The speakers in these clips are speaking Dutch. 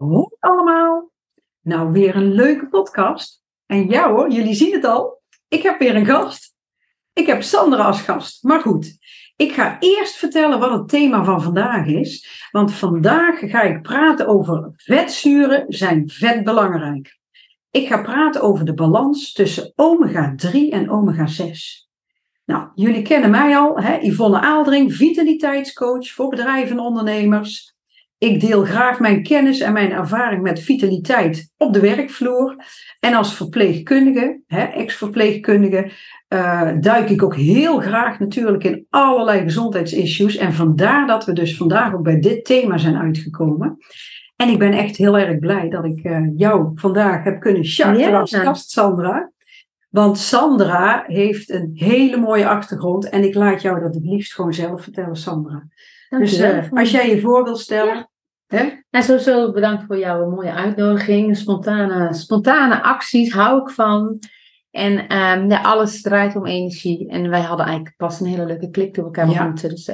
Hoi allemaal. Nou, weer een leuke podcast. En ja hoor, jullie zien het al. Ik heb weer een gast. Ik heb Sandra als gast. Maar goed, ik ga eerst vertellen wat het thema van vandaag is. Want vandaag ga ik praten over vetzuren zijn vetbelangrijk. Ik ga praten over de balans tussen omega-3 en omega-6. Nou, jullie kennen mij al, hè? Yvonne Aaldering, vitaliteitscoach voor bedrijven en ondernemers. Ik deel graag mijn kennis en mijn ervaring met vitaliteit op de werkvloer. En als verpleegkundige, ex-verpleegkundige, duik ik ook heel graag natuurlijk in allerlei gezondheidsissues. En vandaar dat we dus vandaag ook bij dit thema zijn uitgekomen. En ik ben echt heel erg blij dat ik jou vandaag heb kunnen charteren als gast, Sandra. Want Sandra heeft een hele mooie achtergrond. En ik laat jou dat het liefst gewoon zelf vertellen, Sandra. Dankjewel. Dus als jij je voor wil stellen. Ja. Hè? Nou, sowieso bedankt voor jouw mooie uitnodiging. Spontane acties hou ik van. En alles draait om energie. En wij hadden eigenlijk pas een hele leuke klik door elkaar ontmoeten. Dus,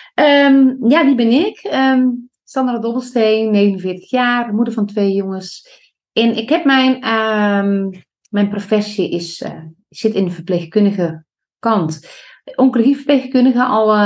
wie ben ik? Sandra Dobbelsteen, 49 jaar, moeder van 2 jongens. En ik heb mijn professie zit in de verpleegkundige kant. Oncologie verpleegkundige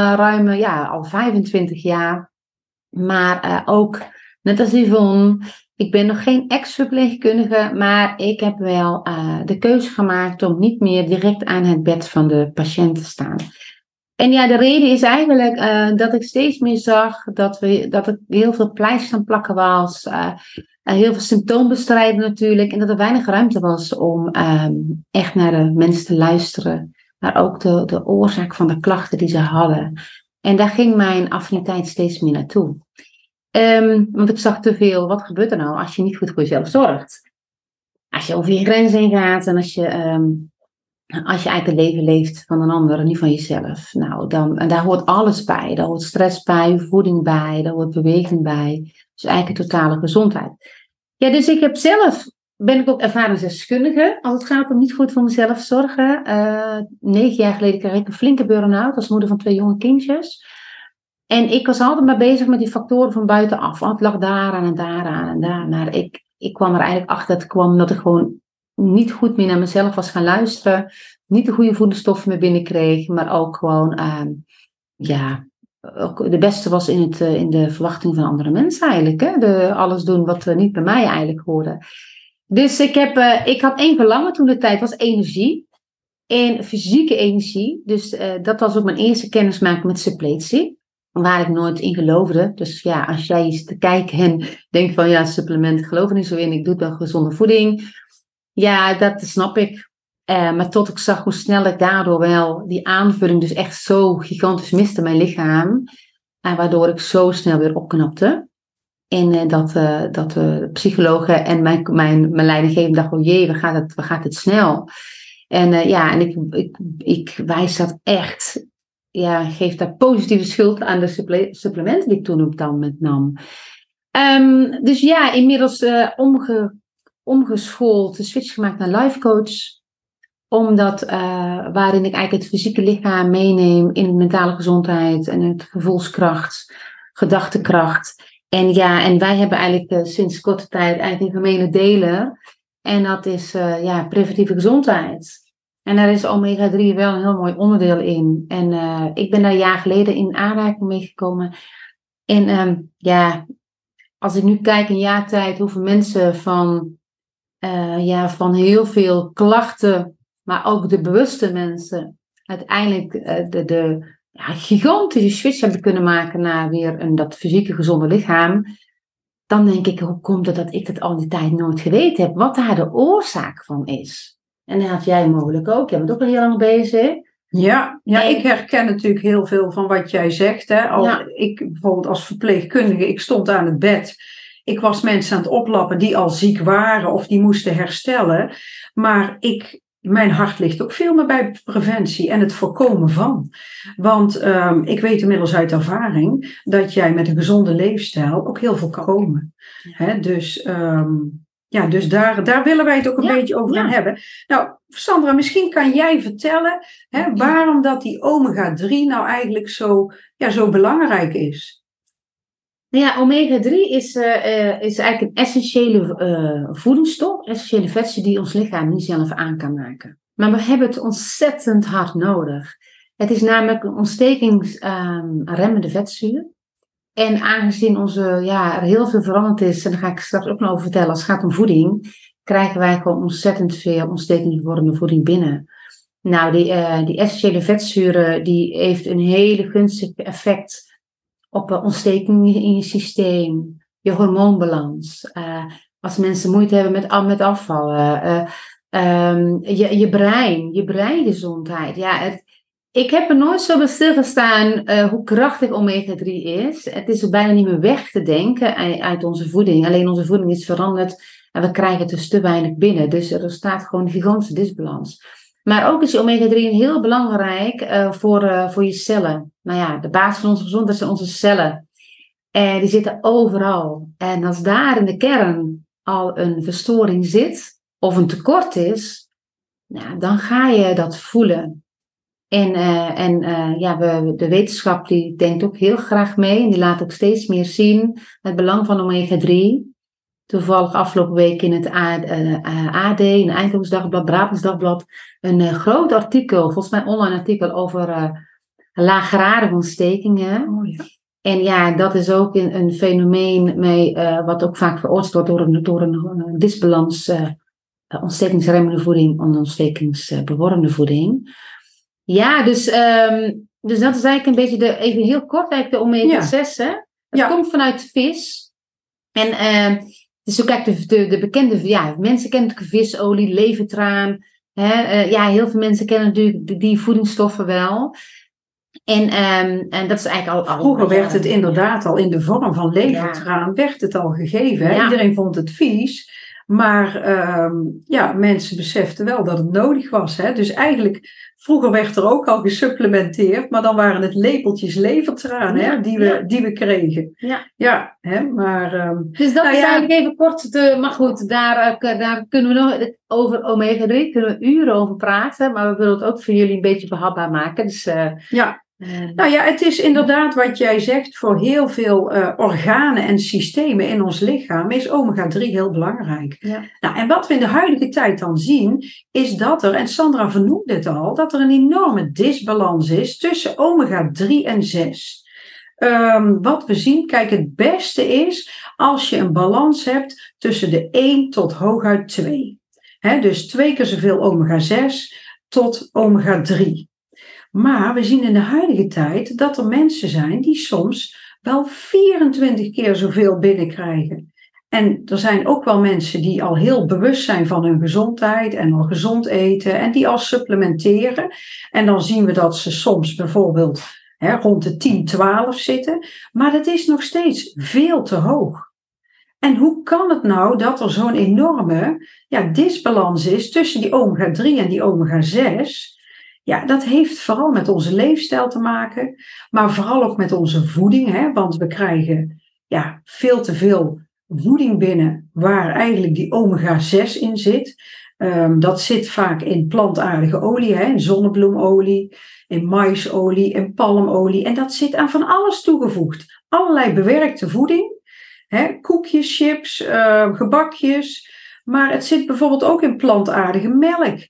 al 25 jaar. Maar ook, net als Yvonne, ik ben nog geen ex-verpleegkundige, maar ik heb wel de keuze gemaakt om niet meer direct aan het bed van de patiënt te staan. En ja, de reden is eigenlijk dat ik steeds meer zag dat ik heel veel pleisters aan plakken was. Heel veel symptoombestrijding natuurlijk. En dat er weinig ruimte was om echt naar de mensen te luisteren. Maar ook de oorzaak van de klachten die ze hadden. En daar ging mijn affiniteit steeds meer naartoe. Want ik zag te veel, wat gebeurt er nou als je niet goed voor jezelf zorgt? Als je over je grenzen heen gaat en als je eigenlijk het leven leeft van een ander en niet van jezelf. Nou, en daar hoort alles bij. Daar hoort stress bij, voeding bij, daar hoort beweging bij. Dus eigenlijk een totale gezondheid. Ja, dus ben ik ook ervaringsdeskundige als het gaat om niet goed voor mezelf zorgen. 9 jaar geleden kreeg ik een flinke burn-out als moeder van 2 jonge kindjes. En ik was altijd maar bezig met die factoren van buitenaf. Het lag daaraan en daaraan en daar. Maar ik kwam er eigenlijk achter dat ik gewoon niet goed meer naar mezelf was gaan luisteren. Niet de goede voedingsstoffen meer binnenkreeg. Maar ook gewoon, ook de beste was in de verwachting van andere mensen eigenlijk. Hè? Alles doen wat niet bij mij eigenlijk hoorde. Dus ik had 1 verlangen toen de tijd, was energie. En fysieke energie. Dus dat was ook mijn eerste kennismaking met suppletie. Waar ik nooit in geloofde. Dus ja, als jij eens te kijken en denkt van ja, supplementen, geloof er niet zo in. Ik doe dan gezonde voeding. Ja, dat snap ik. Maar tot ik zag hoe snel ik daardoor wel die aanvulling dus echt zo gigantisch miste in mijn lichaam. Waardoor ik zo snel weer opknapte. En dat de psychologen en mijn leidinggevende dachten, oh jee, we gaat het snel. En ik wijs dat echt, geef daar positieve schuld aan de supplementen die ik toen op dat moment nam. Dus ja, inmiddels omgeschoold, de switch gemaakt naar life coach. Omdat waarin ik eigenlijk het fysieke lichaam meeneem in de mentale gezondheid en het gevoelskracht, gedachtekracht. En wij hebben eigenlijk sinds korte tijd eigenlijk een gemene deler. En dat is preventieve gezondheid. En daar is omega-3 wel een heel mooi onderdeel in. En ik ben daar een jaar geleden in aanraking mee gekomen. En als ik nu kijk een jaar tijd hoeveel mensen van heel veel klachten, maar ook de bewuste mensen, uiteindelijk de gigantische switch hebben kunnen maken naar weer dat fysieke gezonde lichaam. Dan denk ik, hoe komt het dat ik dat al die tijd nooit geweten heb? Wat daar de oorzaak van is. En dat had jij mogelijk ook. Jij bent ook al heel lang bezig. Ja, ik herken natuurlijk heel veel van wat jij zegt. Hè. Ik bijvoorbeeld als verpleegkundige, ik stond aan het bed. Ik was mensen aan het oplappen die al ziek waren of die moesten herstellen. Maar mijn hart ligt ook veel meer bij preventie en het voorkomen van. Want ik weet inmiddels uit ervaring dat jij met een gezonde leefstijl ook heel veel kan komen. Hè, dus daar willen wij het ook een beetje over gaan hebben. Nou, Sandra, misschien kan jij vertellen waarom dat die omega-3 nou eigenlijk zo belangrijk is. Nou ja, omega-3 is eigenlijk een essentiële voedingsstof, essentiële vetzuur die ons lichaam niet zelf aan kan maken. Maar we hebben het ontzettend hard nodig. Het is namelijk een ontstekingsremmende vetzuur. En aangezien er heel veel veranderd is, en daar ga ik straks ook nog over vertellen als het gaat om voeding, krijgen wij gewoon ontzettend veel ontstekingsvormende voeding binnen. Nou, die essentiële vetzuren, die heeft een hele gunstig effect op ontsteking in je systeem, je hormoonbalans. Als mensen moeite hebben met afvallen, je breingezondheid. Ja, ik heb er nooit zo bij stilgestaan hoe krachtig omega-3 is. Het is er bijna niet meer weg te denken uit onze voeding. Alleen onze voeding is veranderd en we krijgen het dus te weinig binnen. Dus er staat gewoon een gigantische disbalans. Maar ook is omega-3 heel belangrijk voor je cellen. Nou ja, de basis van onze gezondheid zijn onze cellen. En die zitten overal. En als daar in de kern al een verstoring zit, of een tekort is, nou, dan ga je dat voelen. De wetenschap die denkt ook heel graag mee. En die laat ook steeds meer zien het belang van omega-3. Toevallig afgelopen week in het AD, in het Eindhoven Dagblad, Brabants Dagblad, een groot artikel, volgens mij online artikel over laaggradige ontstekingen. Oh, ja. En ja, dat is ook een fenomeen wat ook vaak veroorzaakt wordt door een disbalans, ontstekingsremmende voeding en ontstekingsbevormende voeding. Ja, dus dat is eigenlijk een beetje even heel kort eigenlijk de omega-6. Hè? Het komt vanuit vis. En het is ook eigenlijk de bekende, mensen kennen natuurlijk visolie, levertraan. Heel veel mensen kennen natuurlijk die voedingsstoffen wel. En dat is eigenlijk al vroeger werd het inderdaad al in de vorm van levertraan, werd het al gegeven. Hè? Ja. Iedereen vond het vies. Maar mensen beseften wel dat het nodig was. Hè? Dus eigenlijk, vroeger werd er ook al gesupplementeerd, maar dan waren het lepeltjes levertraan die we kregen. Ja, hè? Maar... dus dat is eigenlijk even kort, maar goed, daar kunnen we nog over omega-3 kunnen we uren over praten, maar we willen het ook voor jullie een beetje behapbaar maken. Dus, het is inderdaad wat jij zegt, voor heel veel organen en systemen in ons lichaam is omega-3 heel belangrijk. Ja. Nou, en wat we in de huidige tijd dan zien, is dat er, en Sandra vernoemde het al, dat er een enorme disbalans is tussen omega-3 en 6. Wat we zien, kijk, het beste is als je een balans hebt tussen de 1 tot hooguit 2. Dus 2 keer zoveel omega-6 tot omega-3. Maar we zien in de huidige tijd dat er mensen zijn die soms wel 24 keer zoveel binnenkrijgen. En er zijn ook wel mensen die al heel bewust zijn van hun gezondheid en al gezond eten en die al supplementeren. En dan zien we dat ze soms bijvoorbeeld rond de 10, 12 zitten. Maar dat is nog steeds veel te hoog. En hoe kan het nou dat er zo'n enorme disbalans is tussen die omega-3 en die omega-6? Ja, dat heeft vooral met onze leefstijl te maken, maar vooral ook met onze voeding. Hè? Want we krijgen veel te veel voeding binnen waar eigenlijk die omega-6 in zit. Dat zit vaak in plantaardige olie, in zonnebloemolie, in maisolie, in palmolie. En dat zit aan van alles toegevoegd. Allerlei bewerkte voeding, koekjes, chips, gebakjes. Maar het zit bijvoorbeeld ook in plantaardige melk.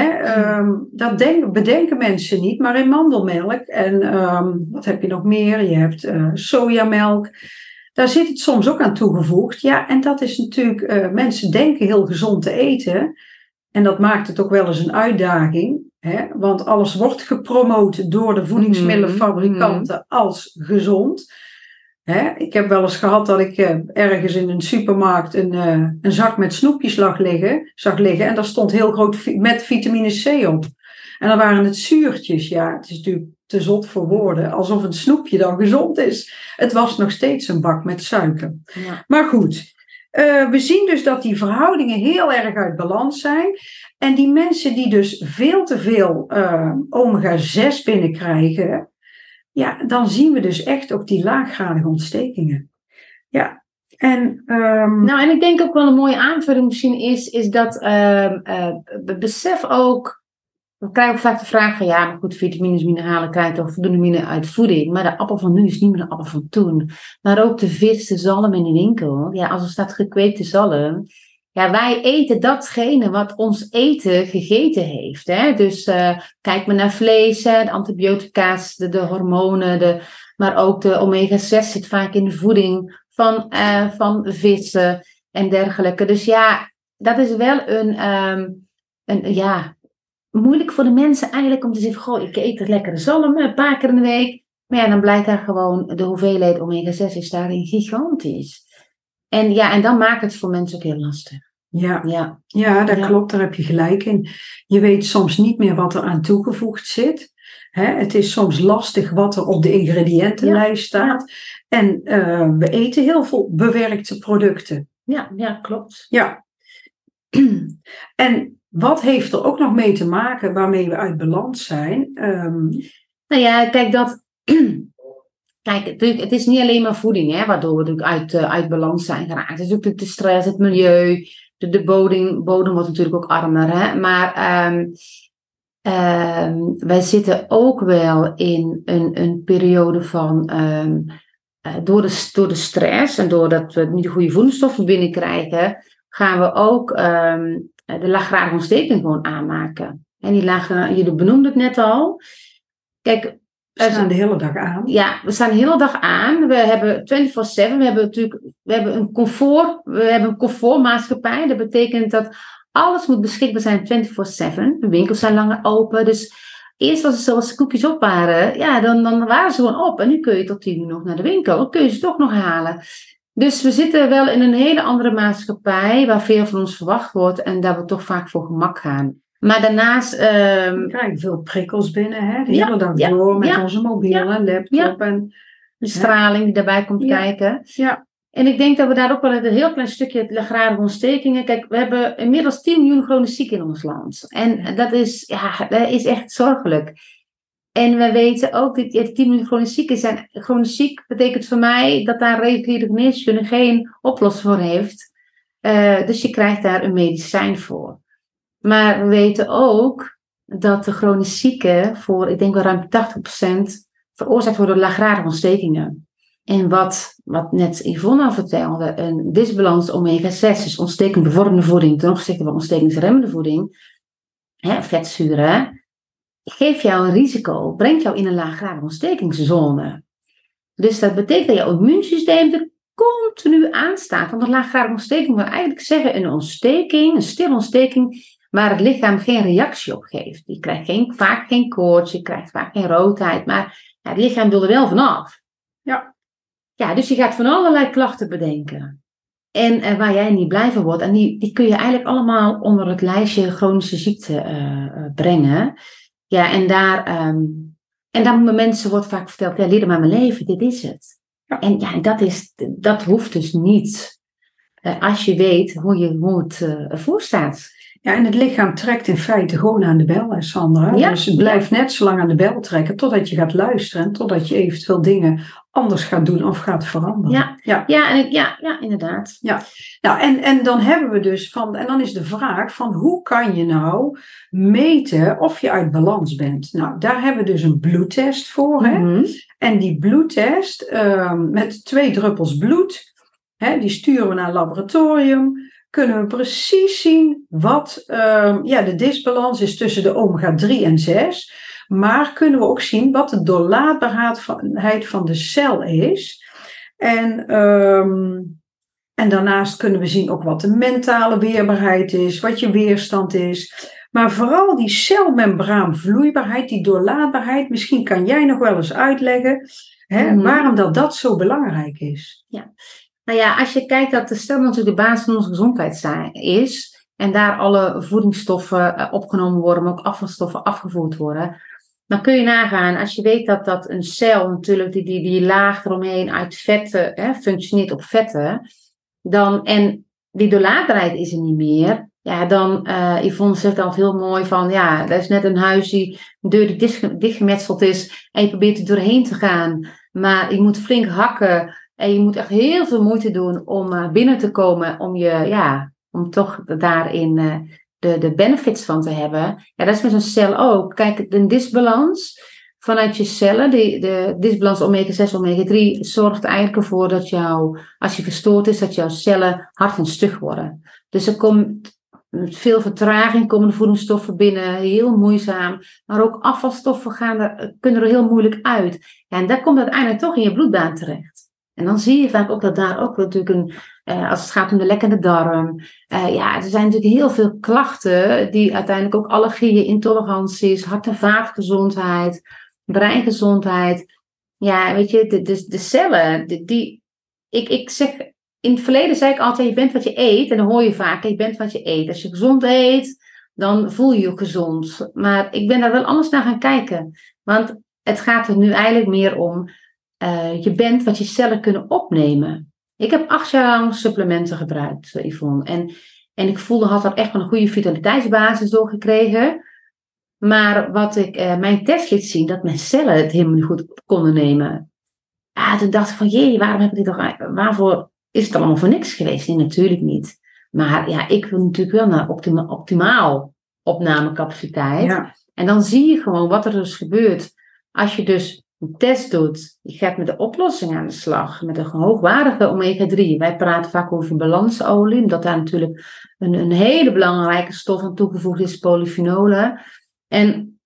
Dat bedenken mensen niet, maar in mandelmelk en wat heb je nog meer? Je hebt sojamelk. Daar zit het soms ook aan toegevoegd. Ja, en dat is natuurlijk, mensen denken heel gezond te eten. En dat maakt het ook wel eens een uitdaging. Want alles wordt gepromoot door de voedingsmiddelenfabrikanten als gezond. Ik heb wel eens gehad dat ik ergens in een supermarkt een zak met snoepjes zag liggen. En daar stond heel groot met vitamine C op. En dan waren het zuurtjes. Ja, het is natuurlijk te zot voor woorden. Alsof een snoepje dan gezond is. Het was nog steeds een bak met suiker. Ja. Maar goed, we zien dus dat die verhoudingen heel erg uit balans zijn. En die mensen die dus veel te veel omega-6 binnenkrijgen, dan zien we dus echt ook die laaggradige ontstekingen. Ja. En ik denk ook wel een mooie aanvulling misschien is dat we beseffen ook We krijgen ook vaak de vraag van, ja, maar goed, vitamines, mineralen krijg je toch voldoende uit voeding. Maar de appel van nu is niet meer de appel van toen. Maar ook de vis, de zalm in de winkel. Ja, als er staat gekweekte zalm. Ja, wij eten datgene wat ons eten gegeten heeft. Hè? Dus kijk maar naar vlees, hè, de antibiotica's, de hormonen, maar ook de omega-6 zit vaak in de voeding van vissen en dergelijke. Dus ja, dat is wel moeilijk voor de mensen eigenlijk om te zeggen, goh, ik eet lekkere zalm een paar keer in de week. Maar ja, dan blijkt daar gewoon de hoeveelheid omega-6 is daarin gigantisch. En dan maakt het voor mensen ook heel lastig. Ja, dat klopt, daar heb je gelijk in. Je weet soms niet meer wat er aan toegevoegd zit. Het is soms lastig wat er op de ingrediëntenlijst staat. En we eten heel veel bewerkte producten. Ja, klopt. Ja. En wat heeft er ook nog mee te maken waarmee we uit balans zijn? Nou ja, Kijk, het is niet alleen maar voeding, hè, waardoor we natuurlijk uit balans zijn geraakt. Het is natuurlijk de stress, het milieu, de bodem wordt natuurlijk ook armer. Hè? Maar wij zitten ook wel in een periode van, door de stress en doordat we niet de goede voedingsstoffen binnenkrijgen, gaan we ook de laaggradige ontsteking gewoon aanmaken. En je benoemde het net al. Kijk, we staan de hele dag aan. Ja, we staan de hele dag aan. We hebben 24/7. We hebben een comfortmaatschappij. Dat betekent dat alles moet beschikbaar zijn 24/7. De winkels zijn langer open. Dus eerst was het zoals koekjes op waren. Ja, dan waren ze gewoon op. En nu kun je tot 10 uur nog naar de winkel. Dan kun je ze toch nog halen. Dus we zitten wel in een hele andere maatschappij. Waar veel van ons verwacht wordt. En dat we toch vaak voor gemak gaan. Maar daarnaast we krijgen veel prikkels binnen, hè? De hele dag door met onze mobiel en laptop. En de straling die daarbij komt kijken. Ja. En ik denk dat we daar ook wel een heel klein stukje laaggradige ontstekingen. Kijk, we hebben inmiddels 10 miljoen chronisch zieken in ons land. En dat is echt zorgelijk. En we weten ook dat 10 miljoen chronisch zieken zijn. Chronisch ziek betekent voor mij dat daar reguliere geneeskunde geen oplossing voor heeft. Dus je krijgt daar een medicijn voor. Maar we weten ook dat de chronisch zieken voor, ik denk wel ruim 80% veroorzaakt worden door laaggradige ontstekingen. En wat net Yvonne al vertelde, een disbalans omega-6, dus ontstekingbevormende voeding ten opzichte van ontstekingsremmende voeding, vetzuren, geeft jou een risico, brengt jou in een laaggradige ontstekingszone. Dus dat betekent dat jouw immuunsysteem er continu aanstaat. Want een laaggradige ontsteking wil eigenlijk zeggen een ontsteking, een stille ontsteking, waar het lichaam geen reactie op geeft. Je krijgt vaak geen koorts, je krijgt vaak geen roodheid, maar het lichaam wil er wel vanaf. Ja, dus je gaat van allerlei klachten bedenken. En waar jij niet blij van wordt. En die kun je eigenlijk allemaal onder het lijstje chronische ziekte brengen. Ja, en daar moet mensen wordt vaak verteld, ja, leer maar mijn leven, dit is het. Ja. En ja, dat hoeft dus niet. Als je weet hoe het ervoor staat. Ja, en het lichaam trekt in feite gewoon aan de bel, hè, Sandra. Ja. Dus het blijft net zo lang aan de bel trekken totdat je gaat luisteren. En totdat je eventueel dingen anders gaat doen of gaat veranderen. Ja, inderdaad. Ja. Nou, en dan hebben we dus en dan is de vraag van hoe kan je nou meten of je uit balans bent? Nou, daar hebben we dus een bloedtest voor. Mm-hmm. Hè? En die bloedtest met 2 druppels bloed, die sturen we naar een laboratorium. Kunnen we precies zien wat de disbalans is tussen de omega-3 en 6. Maar kunnen we ook zien wat de doorlaatbaarheid van de cel is. En daarnaast kunnen we zien ook wat de mentale weerbaarheid is, wat je weerstand is. Maar vooral die celmembraanvloeibaarheid, die doorlaatbaarheid. Misschien kan jij nog wel eens uitleggen waarom dat zo belangrijk is. Ja. Nou ja, als je kijkt dat de cel natuurlijk de basis van onze gezondheid is. En daar alle voedingsstoffen opgenomen worden, maar ook afvalstoffen afgevoerd worden. Dan kun je nagaan, als je weet dat een cel natuurlijk die laag eromheen uit vetten, functioneert op vetten. En die doorlaatbaarheid is er niet meer. Ja, dan, Yvonne zegt altijd heel mooi van, ja, dat is net een huis die een deur die dichtgemetseld is. En je probeert er doorheen te gaan. Maar je moet flink hakken. En je moet echt heel veel moeite doen om binnen te komen. Om toch daarin de benefits van te hebben. Ja, dat is met een cel ook. Kijk, een disbalans vanuit je cellen, de disbalans omega-6, omega-3, zorgt eigenlijk ervoor dat als je verstoord is, dat jouw cellen hard en stug worden. Dus er komt met veel vertraging komen de voedingsstoffen binnen, heel moeizaam. Maar ook afvalstoffen kunnen er heel moeilijk uit. Ja, en dat komt uiteindelijk toch in je bloedbaan terecht. En dan zie je vaak ook dat daar ook natuurlijk als het gaat om de lekkende darm. Er zijn natuurlijk heel veel klachten die uiteindelijk ook allergieën, intoleranties, hart- en vaatgezondheid, breingezondheid. Ja, weet je, de cellen, ik zeg, in het verleden zei ik altijd, je bent wat je eet. En dan hoor je vaak, je bent wat je eet. Als je gezond eet, dan voel je je gezond. Maar ik ben daar wel anders naar gaan kijken. Want het gaat er nu eigenlijk meer om, je bent wat je cellen kunnen opnemen. Ik heb 8 jaar lang supplementen gebruikt, Yvonne. En ik had er echt wel een goede vitaliteitsbasis door gekregen. Maar wat mijn test liet zien, dat mijn cellen het helemaal niet goed konden nemen. Toen dacht ik van, waarom heb ik dit waarvoor is het allemaal voor niks geweest? Nee, natuurlijk niet. Maar ja, ik wil natuurlijk wel naar optimaal opnamecapaciteit. Ja. En dan zie je gewoon wat er dus gebeurt. Als je dus een test doet, je gaat met de oplossing aan de slag, met een hoogwaardige omega-3. Wij praten vaak over balansolie, omdat daar natuurlijk een hele belangrijke stof aan toegevoegd is, polyfenolen. En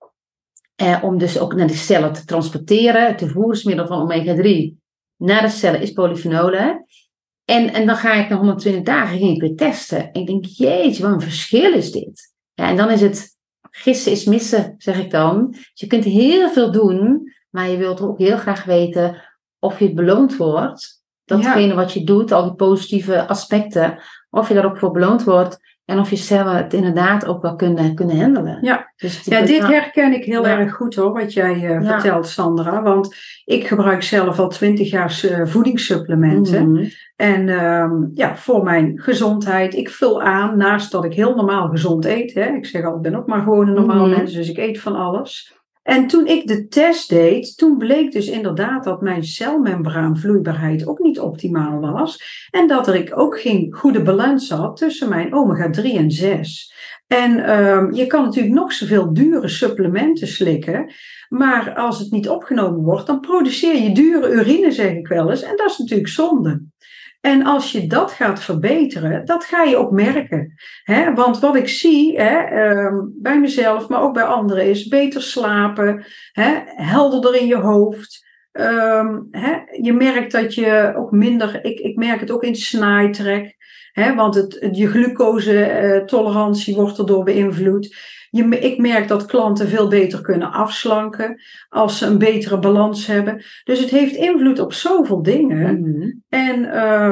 om dus ook naar de cellen te transporteren, het vervoersmiddel van omega-3 naar de cellen is polyfenolen. En dan ga ik na 120 dagen ging ik weer testen. En ik denk, jeetje, wat een verschil is dit. Ja, en dan is het, gissen is missen, zeg ik dan. Dus je kunt heel veel doen, maar je wilt ook heel graag weten of je het beloond wordt. Datgene wat je doet, al die positieve aspecten, of je daar ook voor beloond wordt. En of je cellen het inderdaad ook wel kunnen handelen. Ja, dus dit herken ik heel erg goed hoor, wat jij vertelt, Sandra. Want ik gebruik zelf al 20 jaar voedingssupplementen. Mm-hmm. En voor mijn gezondheid, ik vul aan, naast dat ik heel normaal gezond eet. Hè. Ik zeg al, ik ben ook maar gewoon een normaal mens, dus ik eet van alles. En toen ik de test deed, toen bleek dus inderdaad dat mijn celmembraanvloeibaarheid ook niet optimaal was. En dat ik ook geen goede balans had tussen mijn omega-3 en 6. En je kan natuurlijk nog zoveel dure supplementen slikken. Maar als het niet opgenomen wordt, dan produceer je dure urine, zeg ik wel eens. En dat is natuurlijk zonde. En als je dat gaat verbeteren, dat ga je ook merken. Hè? Want wat ik zie bij mezelf, maar ook bij anderen, is beter slapen, helderder in je hoofd. Je merkt dat je ook minder, ik merk het ook in snijtrek, want je glucose-tolerantie wordt erdoor beïnvloed. Ik merk dat klanten veel beter kunnen afslanken als ze een betere balans hebben. Dus het heeft invloed op zoveel dingen. Mm-hmm. En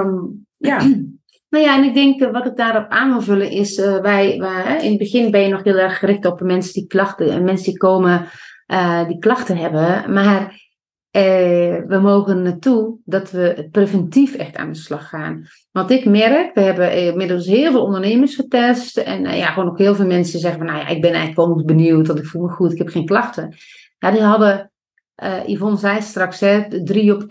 Nou ja, en ik denk wat ik daarop aan wil vullen is, wij in het begin ben je nog heel erg gericht op mensen die komen die klachten hebben. Maar we mogen naartoe dat we preventief echt aan de slag gaan. Want ik merk, we hebben inmiddels heel veel ondernemers getest. En gewoon ook heel veel mensen zeggen van, ik ben eigenlijk wel benieuwd, want ik voel me goed, ik heb geen klachten. Ja, die hadden, Yvonne zei straks, 3 op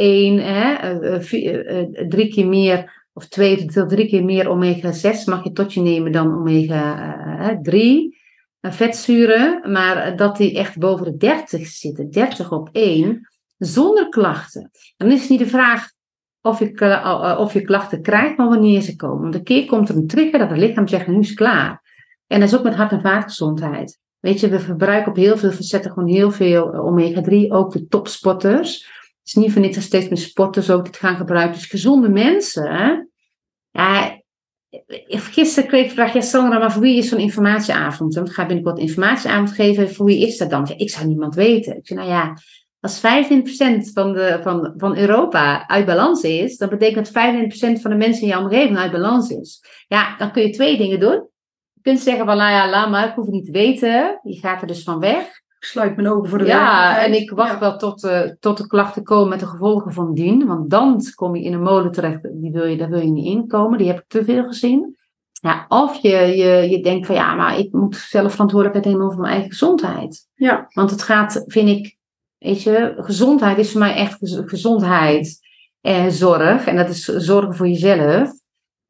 1, 3 keer meer, of 2 tot 3 keer meer omega-6 mag je tot je nemen dan omega-3 vetzuren. Maar dat die echt boven de 30 zitten, 30 op 1... zonder klachten. Dan is het niet de vraag of je klachten krijgt, maar wanneer ze komen. Want een keer komt er een trigger dat het lichaam zegt, nu is het klaar. En dat is ook met hart- en vaatgezondheid. Weet je, we verbruiken op heel veel facetten gewoon heel veel omega-3, ook de topsporters. Het is niet voor niks dat steeds meer sporters ook dit gaan gebruiken. Dus gezonde mensen. Gisteren kreeg ik de vraag, Sandra, maar voor wie is zo'n informatieavond? Want ik ga binnenkort een informatieavond geven. Voor wie is dat dan? Ik zou niemand weten. Ik zei, als 25% van Europa uit balans is, dan betekent dat 25% van de mensen in jouw omgeving uit balans is. Ja, dan kun je 2 dingen doen. Je kunt zeggen van, laat maar, ik hoef het niet te weten. Je gaat er dus van weg. Ik sluit mijn ogen voor de werkelijkheid. Ja, en ik wacht wel tot de klachten komen met de gevolgen van dien. Want dan kom je in een molen terecht, daar wil je niet inkomen. Die heb ik te veel gezien. Ja, of je denkt van, maar ik moet zelf verantwoordelijkheid nemen over mijn eigen gezondheid. Ja. Want het gaat, vind ik, weet je, gezondheid is voor mij echt gezondheid en zorg. En dat is zorgen voor jezelf.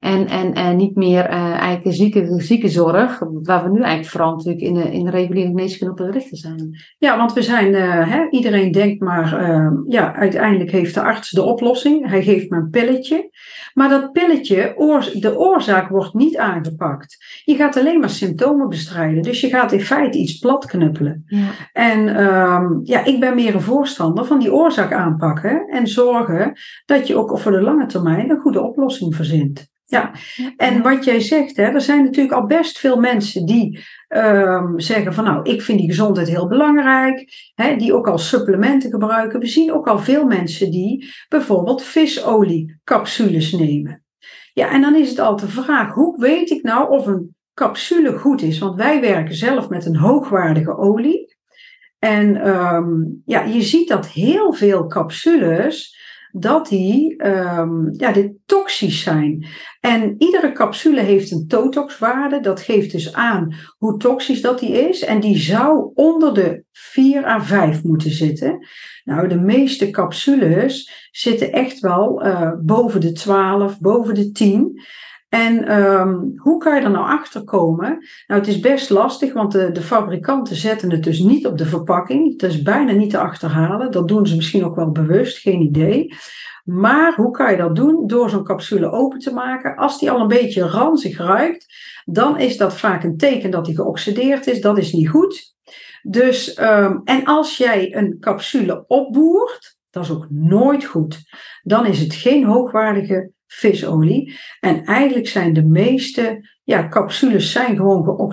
En niet meer eigenlijk de ziekenzorg, waar we nu eigenlijk vooral natuurlijk in de reguliere geneeskunde op het richten zijn. Ja, want we zijn, iedereen denkt maar, uiteindelijk heeft de arts de oplossing. Hij geeft me een pilletje. Maar dat pilletje, de oorzaak wordt niet aangepakt. Je gaat alleen maar symptomen bestrijden. Dus je gaat in feite iets platknuppelen. Ja. En ik ben meer een voorstander van die oorzaak aanpakken. En zorgen dat je ook voor de lange termijn een goede oplossing verzint. Ja, en wat jij zegt, er zijn natuurlijk al best veel mensen die zeggen van nou, ik vind die gezondheid heel belangrijk, die ook al supplementen gebruiken. We zien ook al veel mensen die bijvoorbeeld visoliecapsules nemen. Ja, en dan is het al de vraag, hoe weet ik nou of een capsule goed is? Want wij werken zelf met een hoogwaardige olie. En je ziet dat heel veel capsules dat die toxisch zijn. En iedere capsule heeft een totoxwaarde. Dat geeft dus aan hoe toxisch dat die is. En die zou onder de 4 à 5 moeten zitten. Nou, de meeste capsules zitten echt wel boven de 12, boven de 10. En hoe kan je er nou achter komen? Nou, het is best lastig, want de fabrikanten zetten het dus niet op de verpakking. Het is bijna niet te achterhalen. Dat doen ze misschien ook wel bewust, geen idee. Maar hoe kan je dat doen? Door zo'n capsule open te maken. Als die al een beetje ranzig ruikt, dan is dat vaak een teken dat die geoxideerd is. Dat is niet goed. Dus, en als jij een capsule opboert, dat is ook nooit goed. Dan is het geen hoogwaardige visolie. En eigenlijk zijn de meeste capsules zijn gewoon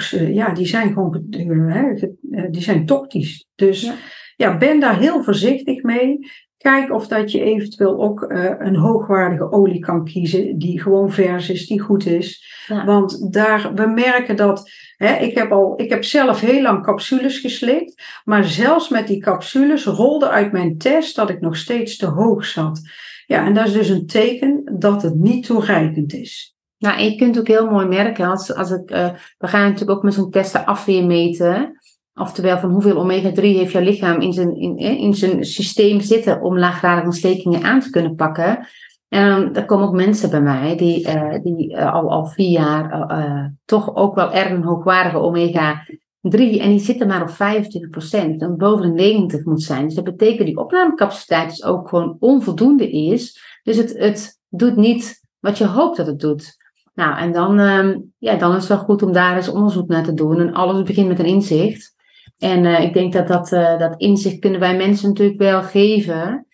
die zijn toxisch. Dus ben daar heel voorzichtig mee. Kijk of dat je eventueel ook een hoogwaardige olie kan kiezen die gewoon vers is, die goed is. Ja. Want we merken dat, ik heb zelf heel lang capsules geslikt, maar zelfs met die capsules rolde uit mijn test dat ik nog steeds te hoog zat. Ja, en dat is dus een teken dat het niet toereikend is. Nou, en je kunt ook heel mooi merken, we gaan natuurlijk ook met zo'n testen afweer meten. Oftewel van hoeveel omega-3 heeft jouw lichaam in zijn systeem zitten om laaggradige ontstekingen aan te kunnen pakken. En er komen ook mensen bij mij die al 4 jaar toch ook wel erg een hoogwaardige omega-3 en die zitten maar op 25% en boven de 90 moet zijn. Dus dat betekent die opnamecapaciteit dus ook gewoon onvoldoende is. Dus het doet niet wat je hoopt dat het doet. Nou, en dan is het wel goed om daar eens onderzoek naar te doen. En alles begint met een inzicht. En ik denk dat inzicht kunnen wij mensen natuurlijk wel geven.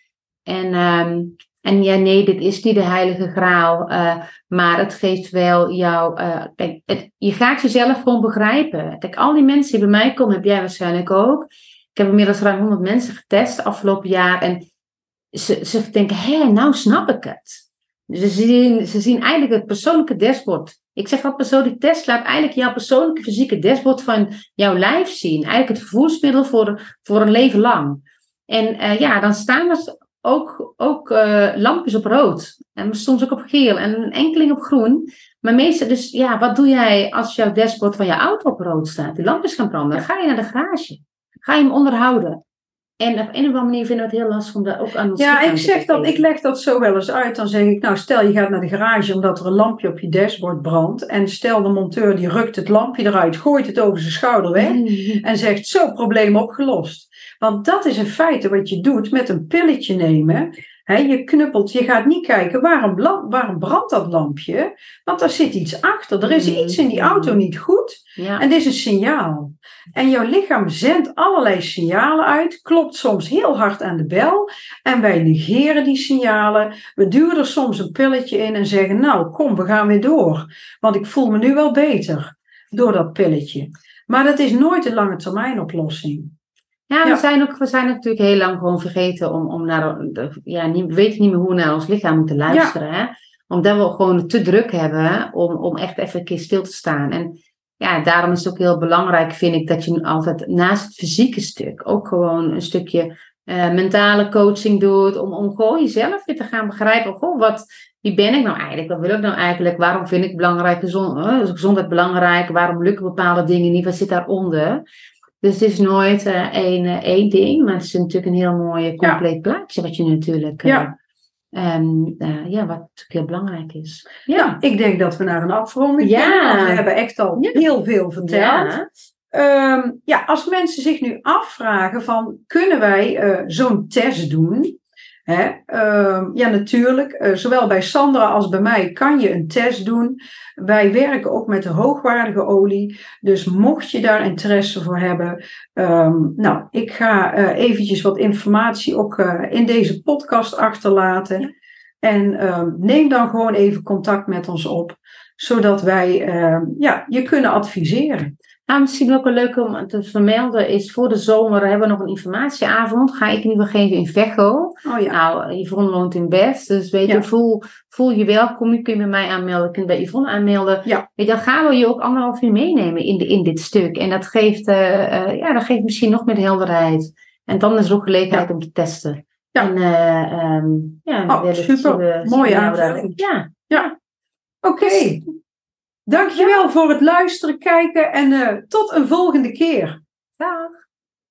En nee, dit is niet de heilige graal. Maar het geeft wel jou... je gaat jezelf gewoon begrijpen. Kijk, al die mensen die bij mij komen, heb jij waarschijnlijk ook. Ik heb inmiddels ruim 100 mensen getest afgelopen jaar. En ze denken, nou snap ik het. Dus ze zien eigenlijk het persoonlijke dashboard. Ik zeg dat persoonlijke test laat eigenlijk jouw persoonlijke fysieke dashboard van jouw lijf zien. Eigenlijk het vervoersmiddel voor een leven lang. En dan staan er ook lampjes op rood. En soms ook op geel en een enkeling op groen. Maar meestal dus, wat doe jij als jouw dashboard van je auto op rood staat? Die lampjes gaan branden. Dan ga je naar de garage. Ga je hem onderhouden. En op een of andere manier vinden we het heel lastig om daar ook aan ik leg dat zo wel eens uit. Dan zeg ik, nou stel je gaat naar de garage omdat er een lampje op je dashboard brandt. En stel de monteur die rukt het lampje eruit, gooit het over zijn schouder weg. En zegt, zo, probleem opgelost. Want dat is in feite wat je doet met een pilletje nemen. Je knuppelt, je gaat niet kijken waarom brandt dat lampje. Want daar zit iets achter. Er is iets in die auto niet goed. Ja. En dit is een signaal. En jouw lichaam zendt allerlei signalen uit. Klopt soms heel hard aan de bel. En wij negeren die signalen. We duwen er soms een pilletje in en zeggen, nou kom, we gaan weer door. Want ik voel me nu wel beter door dat pilletje. Maar dat is nooit een lange termijn oplossing. Ja, we zijn natuurlijk heel lang gewoon vergeten om naar... we weten niet meer hoe we naar ons lichaam moeten luisteren. Ja. Hè? Omdat we gewoon te druk hebben om echt even een keer stil te staan. En daarom is het ook heel belangrijk, vind ik, dat je altijd naast het fysieke stuk ook gewoon een stukje mentale coaching doet. Om gewoon jezelf weer te gaan begrijpen. Wie ben ik nou eigenlijk? Wat wil ik nou eigenlijk? Waarom vind ik gezondheid belangrijk? Waarom lukken bepaalde dingen niet? Wat zit daaronder? Dus het is nooit één ding, maar het is natuurlijk een heel mooi compleet plaatje wat je natuurlijk Wat natuurlijk heel belangrijk is. Nou, ik denk dat we naar een afronding Ja. kunnen, want we hebben echt al heel veel verteld. Ja. Als mensen zich nu afvragen van, kunnen wij zo'n test doen? Hè? Natuurlijk, zowel bij Sandra als bij mij kan je een test doen. Wij werken ook met de hoogwaardige olie. Dus mocht je daar interesse voor hebben. Ik ga eventjes wat informatie ook in deze podcast achterlaten. Ja. En neem dan gewoon even contact met ons op. Zodat wij je kunnen adviseren. Nou, misschien ook wel leuk om te vermelden is, voor de zomer hebben we nog een informatieavond. Ga ik in ieder geval geven in Veghel. Oh, ja. Nou, Yvonne woont in Best, dus weet je, voel je welkom. Je kunt bij mij aanmelden, je kunt bij Yvonne aanmelden. Ja. Weet je, dan gaan we je ook 1,5 uur meenemen in dit stuk. En dat geeft, dat geeft misschien nog meer helderheid. En dan is er ook gelegenheid om te testen. Ja. En, super. Mooie aanvulling. Ja. Oké. Dankjewel voor het luisteren, kijken en tot een volgende keer. Dag.